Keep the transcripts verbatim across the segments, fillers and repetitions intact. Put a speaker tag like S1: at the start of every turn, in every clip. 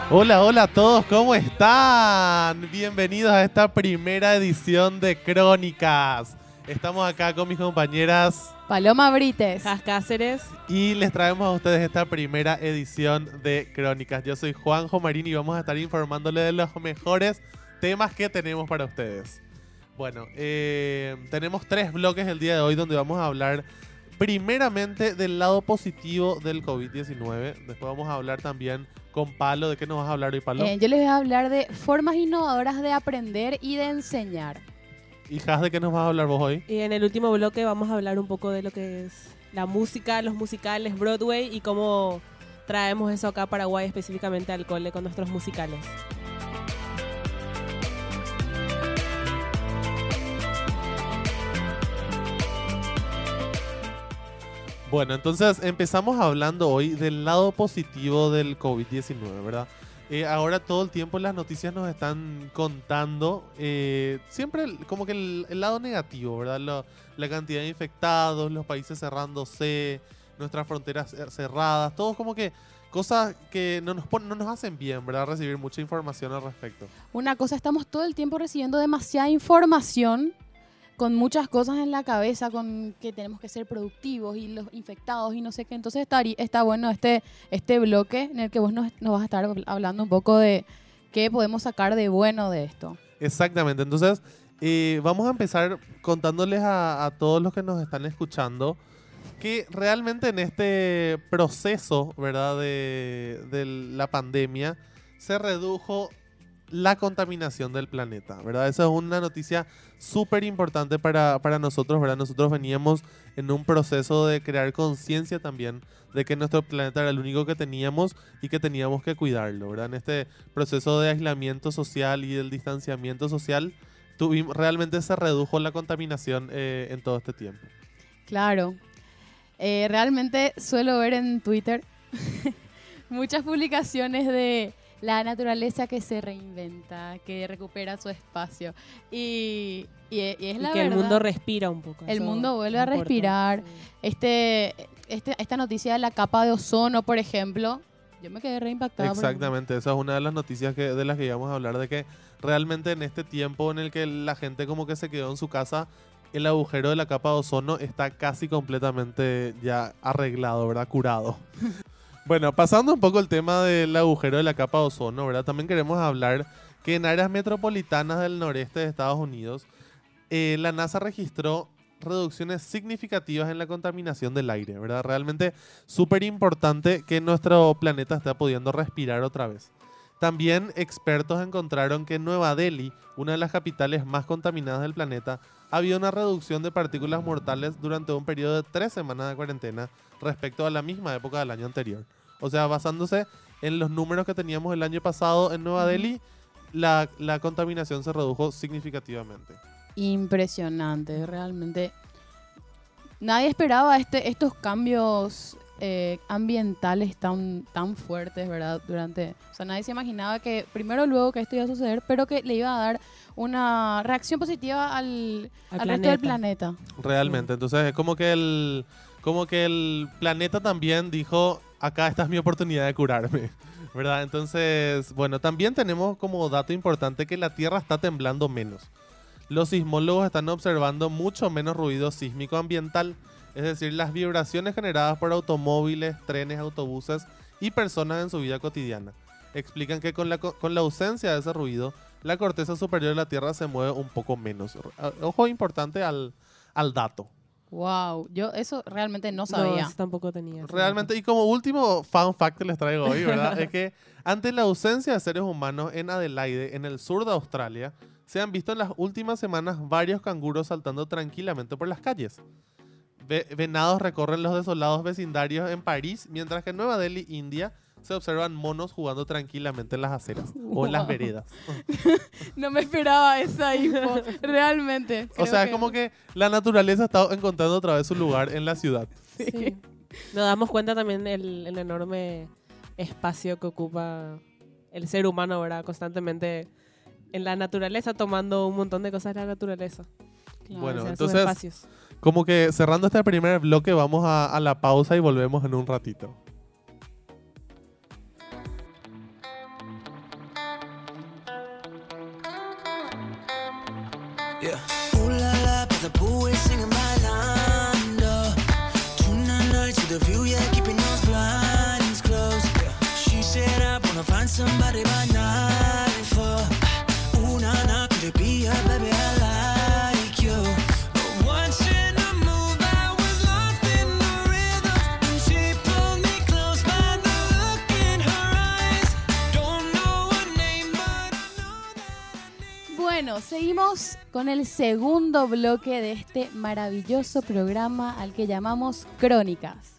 S1: Hola, hola a todos, ¿cómo están? Bienvenidos a esta primera edición de Crónicas. Estamos acá con mis compañeras
S2: Paloma Brites,
S3: Jas Cáceres,
S1: y les traemos a ustedes esta primera edición de Crónicas. Yo soy Juanjo Marín y vamos a estar informándoles de los mejores temas que tenemos para ustedes. Bueno, eh, tenemos tres bloques el día de hoy donde vamos a hablar primeramente del lado positivo del COVID diecinueve. Después vamos a hablar también con Palo. ¿De qué nos vas a hablar hoy, Palo?
S2: eh, yo les voy a hablar de formas innovadoras de aprender y de enseñar.
S1: ¿Y Jas, de qué nos vas a hablar vos hoy?
S3: y en el último bloque vamos a hablar un poco de lo que es la música, los musicales, Broadway y cómo traemos eso acá a Paraguay, específicamente al cole con nuestros musicales.
S1: Bueno, entonces empezamos hablando hoy del lado positivo del COVID diecinueve, ¿verdad? Eh, ahora todo el tiempo las noticias nos están contando eh, siempre el- como que el, el lado negativo, ¿verdad? Lo- la cantidad de infectados, los países cerrándose, nuestras fronteras cer- cerradas, todo como que cosas que no nos, pon- no nos hacen bien, ¿verdad? Recibir mucha información al respecto.
S2: Una cosa, estamos todo el tiempo recibiendo demasiada información con muchas cosas en la cabeza, con que tenemos que ser productivos y los infectados y no sé qué. Entonces está, está bueno este, este bloque en el que vos nos, nos vas a estar hablando un poco de qué podemos sacar de bueno de esto.
S1: Exactamente, entonces eh, vamos a empezar contándoles a, a todos los que nos están escuchando que realmente en este proceso, ¿verdad?, de, de la pandemia se redujo la contaminación del planeta, ¿verdad? Esa es una noticia súper importante para, para nosotros, ¿verdad? Nosotros veníamos en un proceso de crear conciencia también de que nuestro planeta era el único que teníamos y que teníamos que cuidarlo, ¿verdad? En este proceso de aislamiento social y del distanciamiento social, tuvimos, realmente se redujo la contaminación eh, en todo este tiempo.
S2: Claro. Eh, realmente suelo ver en Twitter muchas publicaciones de la naturaleza que se reinventa, que recupera su espacio. Y, y, e- y es
S3: Y
S2: la
S3: que
S2: verdad.
S3: el mundo respira un poco.
S2: El
S3: eso
S2: mundo vuelve a
S3: importa.
S2: respirar.
S3: Sí.
S2: Este, este, esta noticia de la capa de ozono, por ejemplo, yo me quedé reimpactada. por-
S1: Exactamente, esa es una de las noticias que, de las que íbamos a hablar, de que realmente en este tiempo en el que la gente como que se quedó en su casa, el agujero de la capa de ozono está casi completamente ya arreglado, ¿verdad? Curado. Bueno, pasando un poco el tema del agujero de la capa de ozono, ¿verdad? También queremos hablar que en áreas metropolitanas del noreste de Estados Unidos, eh, la NASA registró reducciones significativas en la contaminación del aire, ¿verdad? Realmente súper importante que nuestro planeta esté pudiendo respirar otra vez. También expertos encontraron que en Nueva Delhi, una de las capitales más contaminadas del planeta, había una reducción de partículas mortales durante un periodo de tres semanas de cuarentena respecto a la misma época del año anterior. O sea, basándose en los números que teníamos el año pasado en Nueva
S2: Ujú.
S1: Delhi, la, la contaminación se redujo significativamente.
S2: Impresionante, realmente. Nadie esperaba este, estos cambios eh, ambientales tan, tan fuertes, ¿verdad? Durante, o sea, nadie se imaginaba que primero o luego que esto iba a suceder, pero que le iba a dar una reacción positiva al,
S3: Al
S2: al resto del planeta.
S1: Realmente, entonces es como que el como que el planeta también dijo, acá esta es mi oportunidad de curarme, ¿verdad? Entonces, bueno, también tenemos como dato importante que la Tierra está temblando menos. Los sismólogos están observando mucho menos ruido sísmico ambiental, es decir, las vibraciones generadas por automóviles, trenes, autobuses y personas en su vida cotidiana. Explican que con la, co- con la ausencia de ese ruido, la corteza superior de la Tierra se mueve un poco menos. R- Ojo importante al, al dato.
S2: Wow, yo eso realmente no
S3: No,
S2: sabía.
S3: eso tampoco tenía. ese
S1: Realmente, y como último fun fact que les traigo hoy, ¿verdad? Es que ante la ausencia de seres humanos en Adelaide, en el sur de Australia, se han visto en las últimas semanas varios canguros saltando tranquilamente por las calles. Ve- venados recorren los desolados vecindarios en París, mientras que en Nueva Delhi, India, se observan monos jugando tranquilamente en las aceras o en las
S2: Wow.
S1: veredas.
S2: No me esperaba esa info, realmente.
S1: O
S2: Creo
S1: sea, es como que la naturaleza está encontrando otra vez su lugar en la ciudad.
S3: Sí. Nos damos cuenta también el, el enorme espacio que ocupa el ser humano, ¿verdad? Constantemente en la naturaleza, tomando un montón de cosas de la naturaleza.
S2: Claro.
S1: Bueno,
S3: O sea, sus
S1: entonces,
S3: espacios.
S1: como que cerrando este primer bloque, vamos a, a la pausa y volvemos en un ratito.
S4: Yeah. Ooh la la, but the boo is singing my line. Uh, tonight night to the view, yeah, keeping those blinds closed. Yeah. She said I wanna find somebody by night for. Ooh na na, could it be her, baby? I like you. But watching her move, I was lost in the rhythm. And she pulled me close by the look in her eyes. Don't know her name, but I know that her name.
S2: Bueno, seguimos con el segundo bloque de este maravilloso programa al que llamamos Crónicas.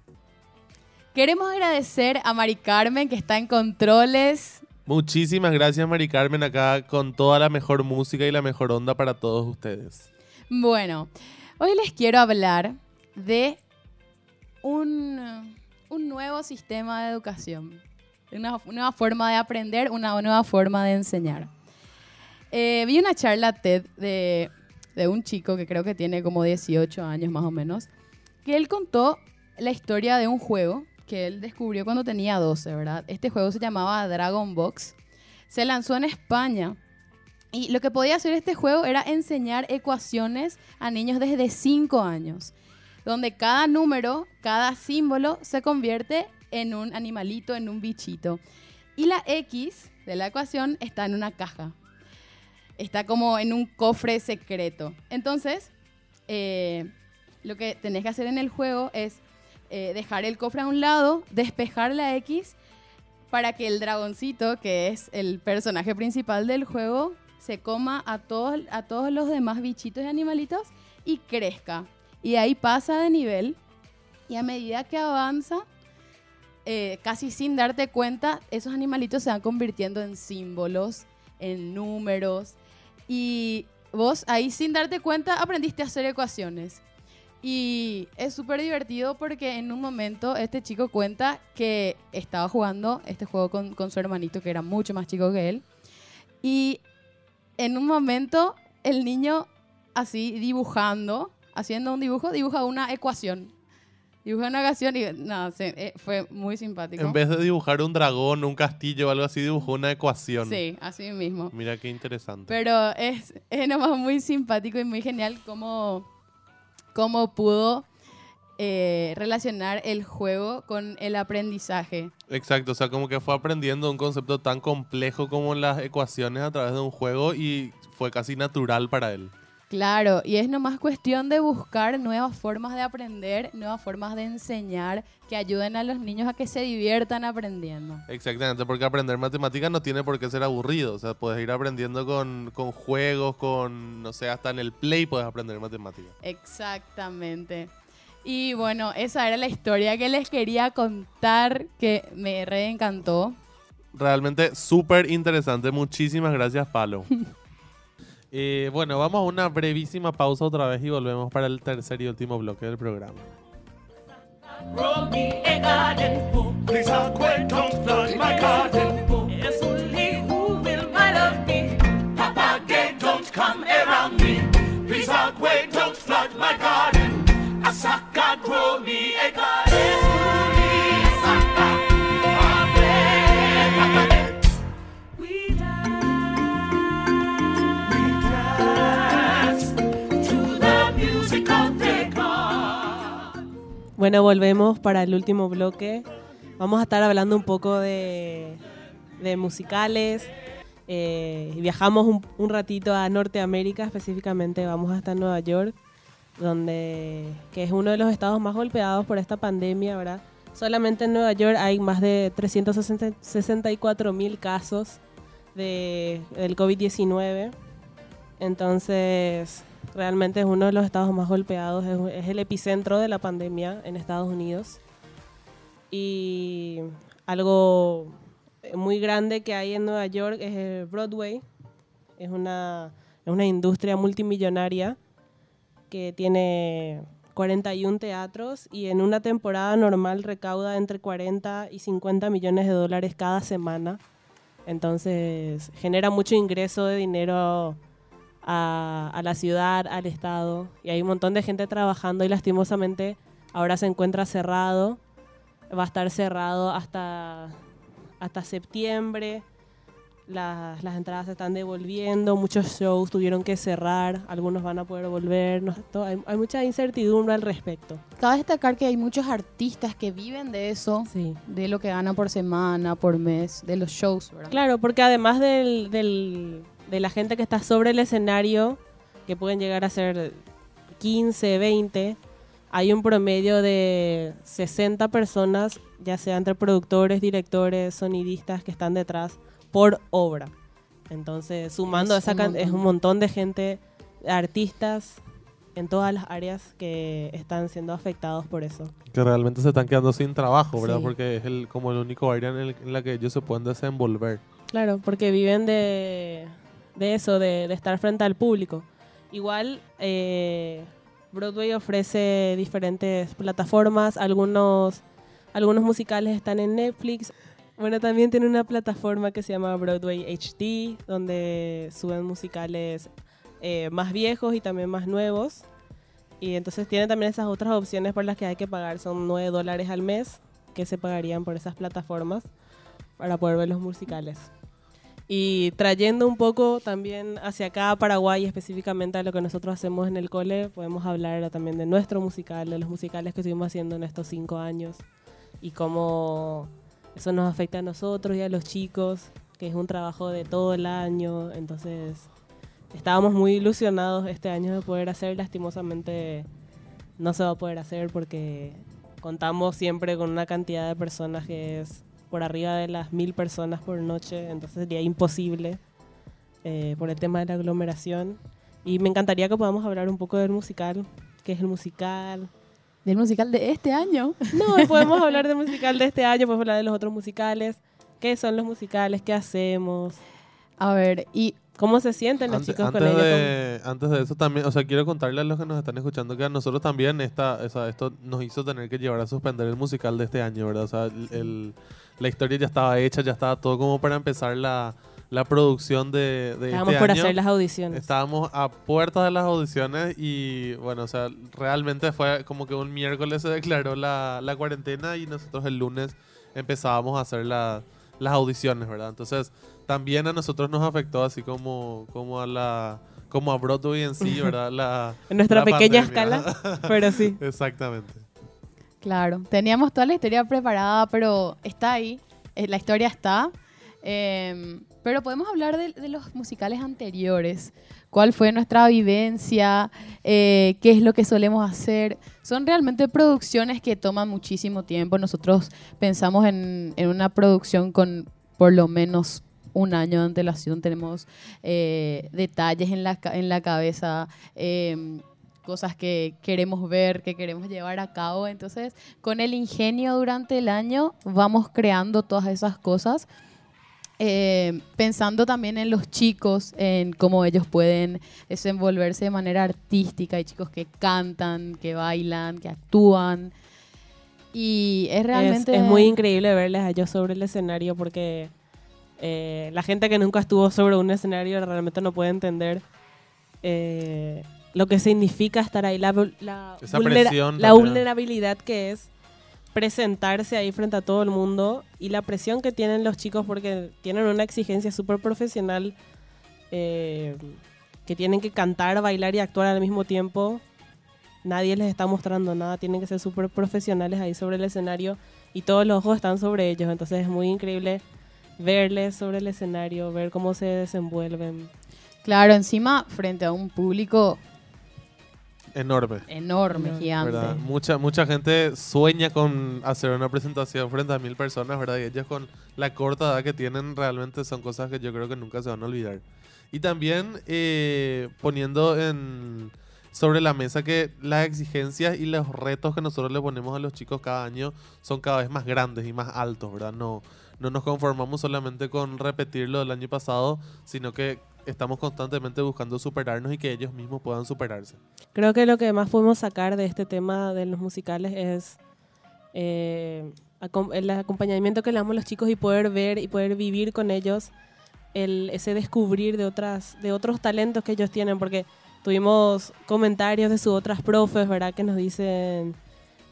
S2: Queremos agradecer a Mari Carmen, que está en controles.
S1: Muchísimas gracias, Mari Carmen, acá con toda la mejor música y la mejor onda para todos ustedes.
S2: Bueno, hoy les quiero hablar de un, un nuevo sistema de educación, una nueva forma de aprender, una nueva forma de enseñar. Eh, vi una charla TED de, de un chico que creo que tiene como dieciocho años más o menos, que él contó la historia de un juego que él descubrió cuando tenía doce, ¿verdad? Este juego se llamaba Dragon Box. Se lanzó en España. Y lo que podía hacer este juego era enseñar ecuaciones a niños desde cinco años, donde cada número, cada símbolo se convierte en un animalito, en un bichito. Y la X de la ecuación está en una caja. Está como en un cofre secreto. Entonces, eh, lo que tenés que hacer en el juego es eh, dejar el cofre a un lado, despejar la X para que el dragoncito, que es el personaje principal del juego, se coma a todos, a todos los demás bichitos y animalitos y crezca. Y ahí pasa de nivel y a medida que avanza, eh, casi sin darte cuenta, esos animalitos se van convirtiendo en símbolos, en números. Y vos ahí sin darte cuenta aprendiste a hacer ecuaciones. Y es súper divertido porque en un momento este chico cuenta que estaba jugando este juego con, con su hermanito, que era mucho más chico que él. Y en un momento el niño así dibujando, haciendo un dibujo, dibuja una ecuación. Dibuja una ecuación y no, se, eh, fue muy simpático.
S1: En vez de dibujar un dragón, un castillo o algo así, dibujó una ecuación.
S2: Sí, así mismo.
S1: Mira qué interesante.
S2: Pero es, es nomás muy simpático y muy genial cómo, cómo pudo eh, relacionar el juego con el aprendizaje.
S1: Exacto, o sea, como que fue aprendiendo un concepto tan complejo como las ecuaciones a través de un juego y fue casi natural para él.
S2: Claro, y es nomás cuestión de buscar nuevas formas de aprender, nuevas formas de enseñar que ayuden a los niños a que se diviertan aprendiendo.
S1: Exactamente, porque aprender matemáticas no tiene por qué ser aburrido. O sea, puedes ir aprendiendo con, con juegos, con, no sé, hasta en el Play puedes aprender matemáticas.
S2: Exactamente. Y bueno, esa era la historia que les quería contar, que me re encantó.
S1: Realmente súper interesante. Muchísimas gracias, Palo. Eh, bueno, vamos a una brevísima pausa otra vez y volvemos para el tercer y último bloque del programa.
S5: Grow me a garden, oh, please Aqua, don't flood my garden. Oh, it's only who will my love me. Papa Gay, don't come around me. Please Aqua, don't flood my garden. Asaka, grow me a garden. Asaka, Papa Gay. We dance, we dance to the music of the God.
S3: Bueno, volvemos para el último bloque. Vamos a estar hablando un poco de, de musicales. Eh, viajamos un, un ratito a Norteamérica, específicamente vamos hasta Nueva York, donde, que es uno de los estados más golpeados por esta pandemia, ¿verdad? Solamente en Nueva York hay más de trescientos sesenta y cuatro mil casos de, del COVID diecinueve. Entonces, realmente es uno de los estados más golpeados, es, es el epicentro de la pandemia en Estados Unidos. Y algo muy grande que hay en Nueva York es el Broadway. Es una, es una industria multimillonaria que tiene cuarenta y uno teatros y en una temporada normal recauda entre cuarenta y cincuenta millones de dólares cada semana. Entonces genera mucho ingreso de dinero a, a la ciudad, al estado, y hay un montón de gente trabajando y lastimosamente ahora se encuentra cerrado. Va a estar cerrado hasta, hasta septiembre. las, las entradas se están devolviendo, muchos shows tuvieron que cerrar, algunos van a poder volver, no, todo, hay, hay mucha incertidumbre al respecto.
S2: Cabe destacar que hay muchos artistas que viven de eso,
S3: Sí.
S2: de lo que ganan por semana, por mes, de los shows, ¿verdad?
S3: Claro, porque además del, del, de la gente que está sobre el escenario, que pueden llegar a ser quince, veinte, hay un promedio de sesenta personas, ya sea entre productores, directores, sonidistas que están detrás por obra. Entonces, sumando
S2: Es
S3: esa
S2: un
S3: can- es
S2: montón.
S3: un montón de gente, artistas en todas las áreas que están siendo afectados por eso.
S1: Que realmente se están quedando sin trabajo, ¿verdad?
S3: Sí.
S1: Porque es el, como el único área en, el- en la que ellos se pueden desenvolver.
S3: Claro, porque viven de, de eso, de, de estar frente al público. Igual, eh, Broadway ofrece diferentes plataformas, algunos, algunos musicales están en Netflix. Bueno, también tiene una plataforma que se llama Broadway H D, donde suben musicales eh, más viejos y también más nuevos. Y entonces tiene también esas otras opciones por las que hay que pagar, son nueve dólares al mes que se pagarían por esas plataformas para poder ver los musicales. Y trayendo un poco también hacia acá a Paraguay, específicamente a lo que nosotros hacemos en el cole, podemos hablar también de nuestro musical, de los musicales que estuvimos haciendo en estos cinco años y cómo eso nos afecta a nosotros y a los chicos, que es un trabajo de todo el año. Entonces, estábamos muy ilusionados este año de poder hacer, lastimosamente no se va a poder hacer porque contamos siempre con una cantidad de personas que es por arriba de las mil personas por noche, entonces sería imposible eh, por el tema de la aglomeración. Y me encantaría que podamos hablar un poco del musical, qué es el musical.
S2: Del musical de este año.
S3: No, podemos hablar del musical de este año, podemos hablar de los otros musicales, qué son los musicales, qué hacemos,
S2: A ver, y
S3: cómo se sienten los
S1: Antes,
S3: chicos
S1: antes
S3: con ellos.
S1: de, antes de eso también, o sea, quiero contarle a los que nos están escuchando que a nosotros también esta, o sea, esto nos hizo tener que llevar a suspender el musical de este año, ¿verdad? O sea, el, el- la historia ya estaba hecha, ya estaba todo como para empezar la, la producción de, de
S3: Estábamos
S1: este
S3: por
S1: año.
S3: hacer las audiciones.
S1: Estábamos a puertas de las audiciones y bueno, o sea, realmente fue como que un miércoles se declaró la, la cuarentena y nosotros el lunes empezábamos a hacer la- las audiciones, ¿verdad? Entonces, también a nosotros nos afectó así como, como a la como a Broadway en sí, ¿verdad? La,
S3: En nuestra
S1: la
S3: pequeña
S1: pandemia.
S3: escala, pero sí.
S1: Exactamente.
S2: claro, teníamos toda la historia preparada, pero está ahí, eh, la historia está. Eh, pero podemos hablar de, de los musicales anteriores. ¿Cuál fue nuestra vivencia? Eh, ¿Qué es lo que solemos hacer? Son realmente producciones que toman muchísimo tiempo. Nosotros pensamos en, en una producción con por lo menos un año de antelación. Tenemos eh, detalles en la, ca- en la cabeza, eh, cosas que queremos ver, que queremos llevar a cabo. Entonces, con el ingenio durante el año vamos creando todas esas cosas. Eh, pensando también en los chicos, en cómo ellos pueden desenvolverse de manera artística. Hay chicos que cantan, que bailan, que actúan. Y es realmente...
S3: Es, es muy increíble verles a ellos sobre el escenario porque eh, la gente que nunca estuvo sobre un escenario realmente no puede entender eh, lo que significa estar ahí, la, vul- la,
S1: Esa
S3: vulnera-
S1: presión
S3: la
S1: también.
S3: vulnerabilidad que es presentarse ahí frente a todo el mundo y la presión que tienen los chicos porque tienen una exigencia súper profesional, eh, que tienen que cantar, bailar y actuar al mismo tiempo. Nadie les está mostrando nada, tienen que ser súper profesionales ahí sobre el escenario y todos los ojos están sobre ellos, entonces es muy increíble verles sobre el escenario, ver cómo se desenvuelven.
S2: Claro, encima frente a un público
S1: Enorme.
S2: enorme,
S3: Enorme,
S2: gigante.
S1: ¿Verdad? Mucha, mucha gente sueña con hacer una presentación frente a mil personas, ¿verdad? Y ellas con la corta edad que tienen realmente son cosas que yo creo que nunca se van a olvidar. Y también eh, poniendo en, sobre la mesa que las exigencias y los retos que nosotros le ponemos a los chicos cada año son cada vez más grandes y más altos, ¿verdad? No, no nos conformamos solamente con repetir lo del año pasado, sino que estamos constantemente buscando superarnos y que ellos mismos puedan superarse.
S3: Creo que lo que más podemos sacar de este tema de los musicales es eh, acom- el acompañamiento que le damos a los chicos y poder ver y poder vivir con ellos el, ese descubrir de otras de otros talentos que ellos tienen, porque tuvimos comentarios de sus otras profes, ¿verdad? Que nos dicen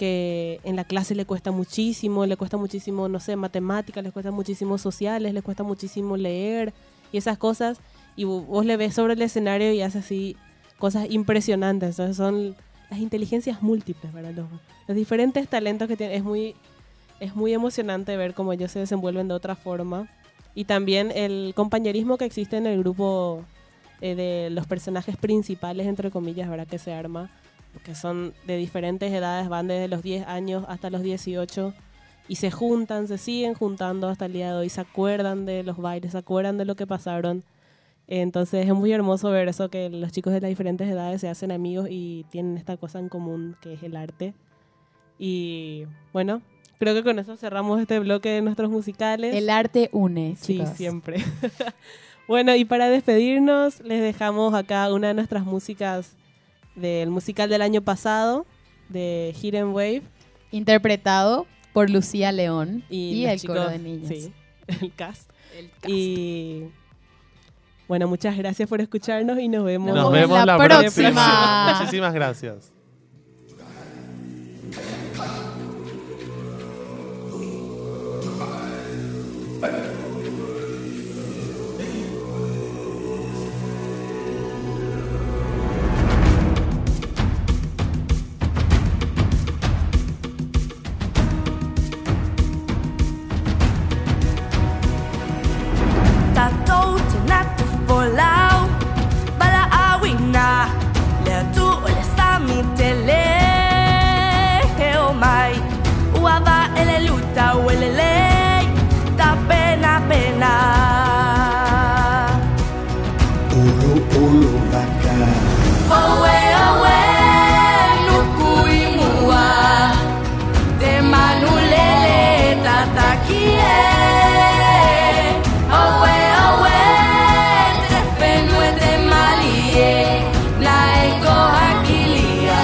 S3: que en la clase le cuesta muchísimo, le cuesta muchísimo, no sé, matemáticas, les cuesta muchísimo sociales, les cuesta muchísimo leer y esas cosas. Y vo- vos le ves sobre el escenario y hace así cosas impresionantes. Entonces son las inteligencias múltiples, ¿verdad? Los, los diferentes talentos que tienen. Es muy, es muy emocionante ver cómo ellos se desenvuelven de otra forma. Y también el compañerismo que existe en el grupo eh, de los personajes principales, entre comillas, ¿verdad? Que se arma, que son de diferentes edades, van desde los diez años hasta los dieciocho, y se juntan, se siguen juntando hasta el día de hoy, se acuerdan de los bailes, se acuerdan de lo que pasaron. Entonces es muy hermoso ver eso, que los chicos de las diferentes edades se hacen amigos y tienen esta cosa en común que es el arte. Y bueno, creo que con eso cerramos este bloque de nuestros musicales.
S2: El arte une,
S3: Sí,
S2: chicos.
S3: siempre. Bueno, y para despedirnos les dejamos acá una de nuestras músicas del musical del año pasado, de Hidden Wave.
S2: Interpretado por Lucía León
S3: Y,
S2: y,
S3: los
S2: el
S3: chicos-
S2: coro de niños.
S3: Sí, el cast. Y bueno, muchas gracias por escucharnos y nos vemos.
S1: Nos
S2: Nos vemos
S1: vemos
S2: en
S1: la
S2: la
S1: próxima.
S2: próxima.
S1: Muchísimas gracias.
S6: Tatou te natu folau Bala awina Le tu ole sami tele Heo mai Uava ele luta ele lei Ta pena pena
S7: Ulu ulu baka
S6: Owe owe Nuku imua Te manulele tatakie Owe owe Te fenue te malie Na ego hakilia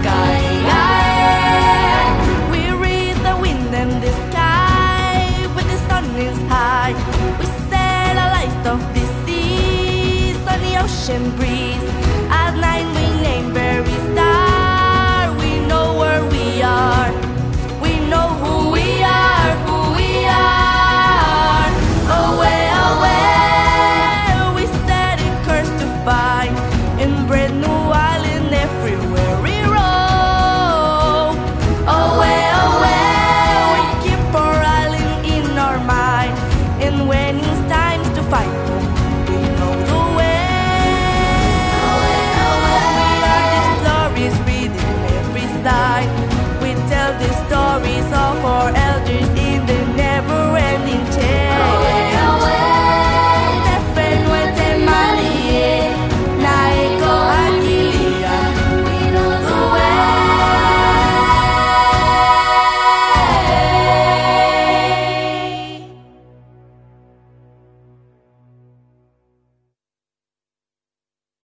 S6: Kaiae We read the wind and the sky When the sun is high We sail a light of the seas On the ocean breeze At night we name very star We know where we are We know who we are, who we are Away, away We set it cursed to find In brand new island everywhere we roam Away, away We keep our island in our mind And when it's time to fight we know the way Away, away We are the stories reading every side We tell the stories of our elders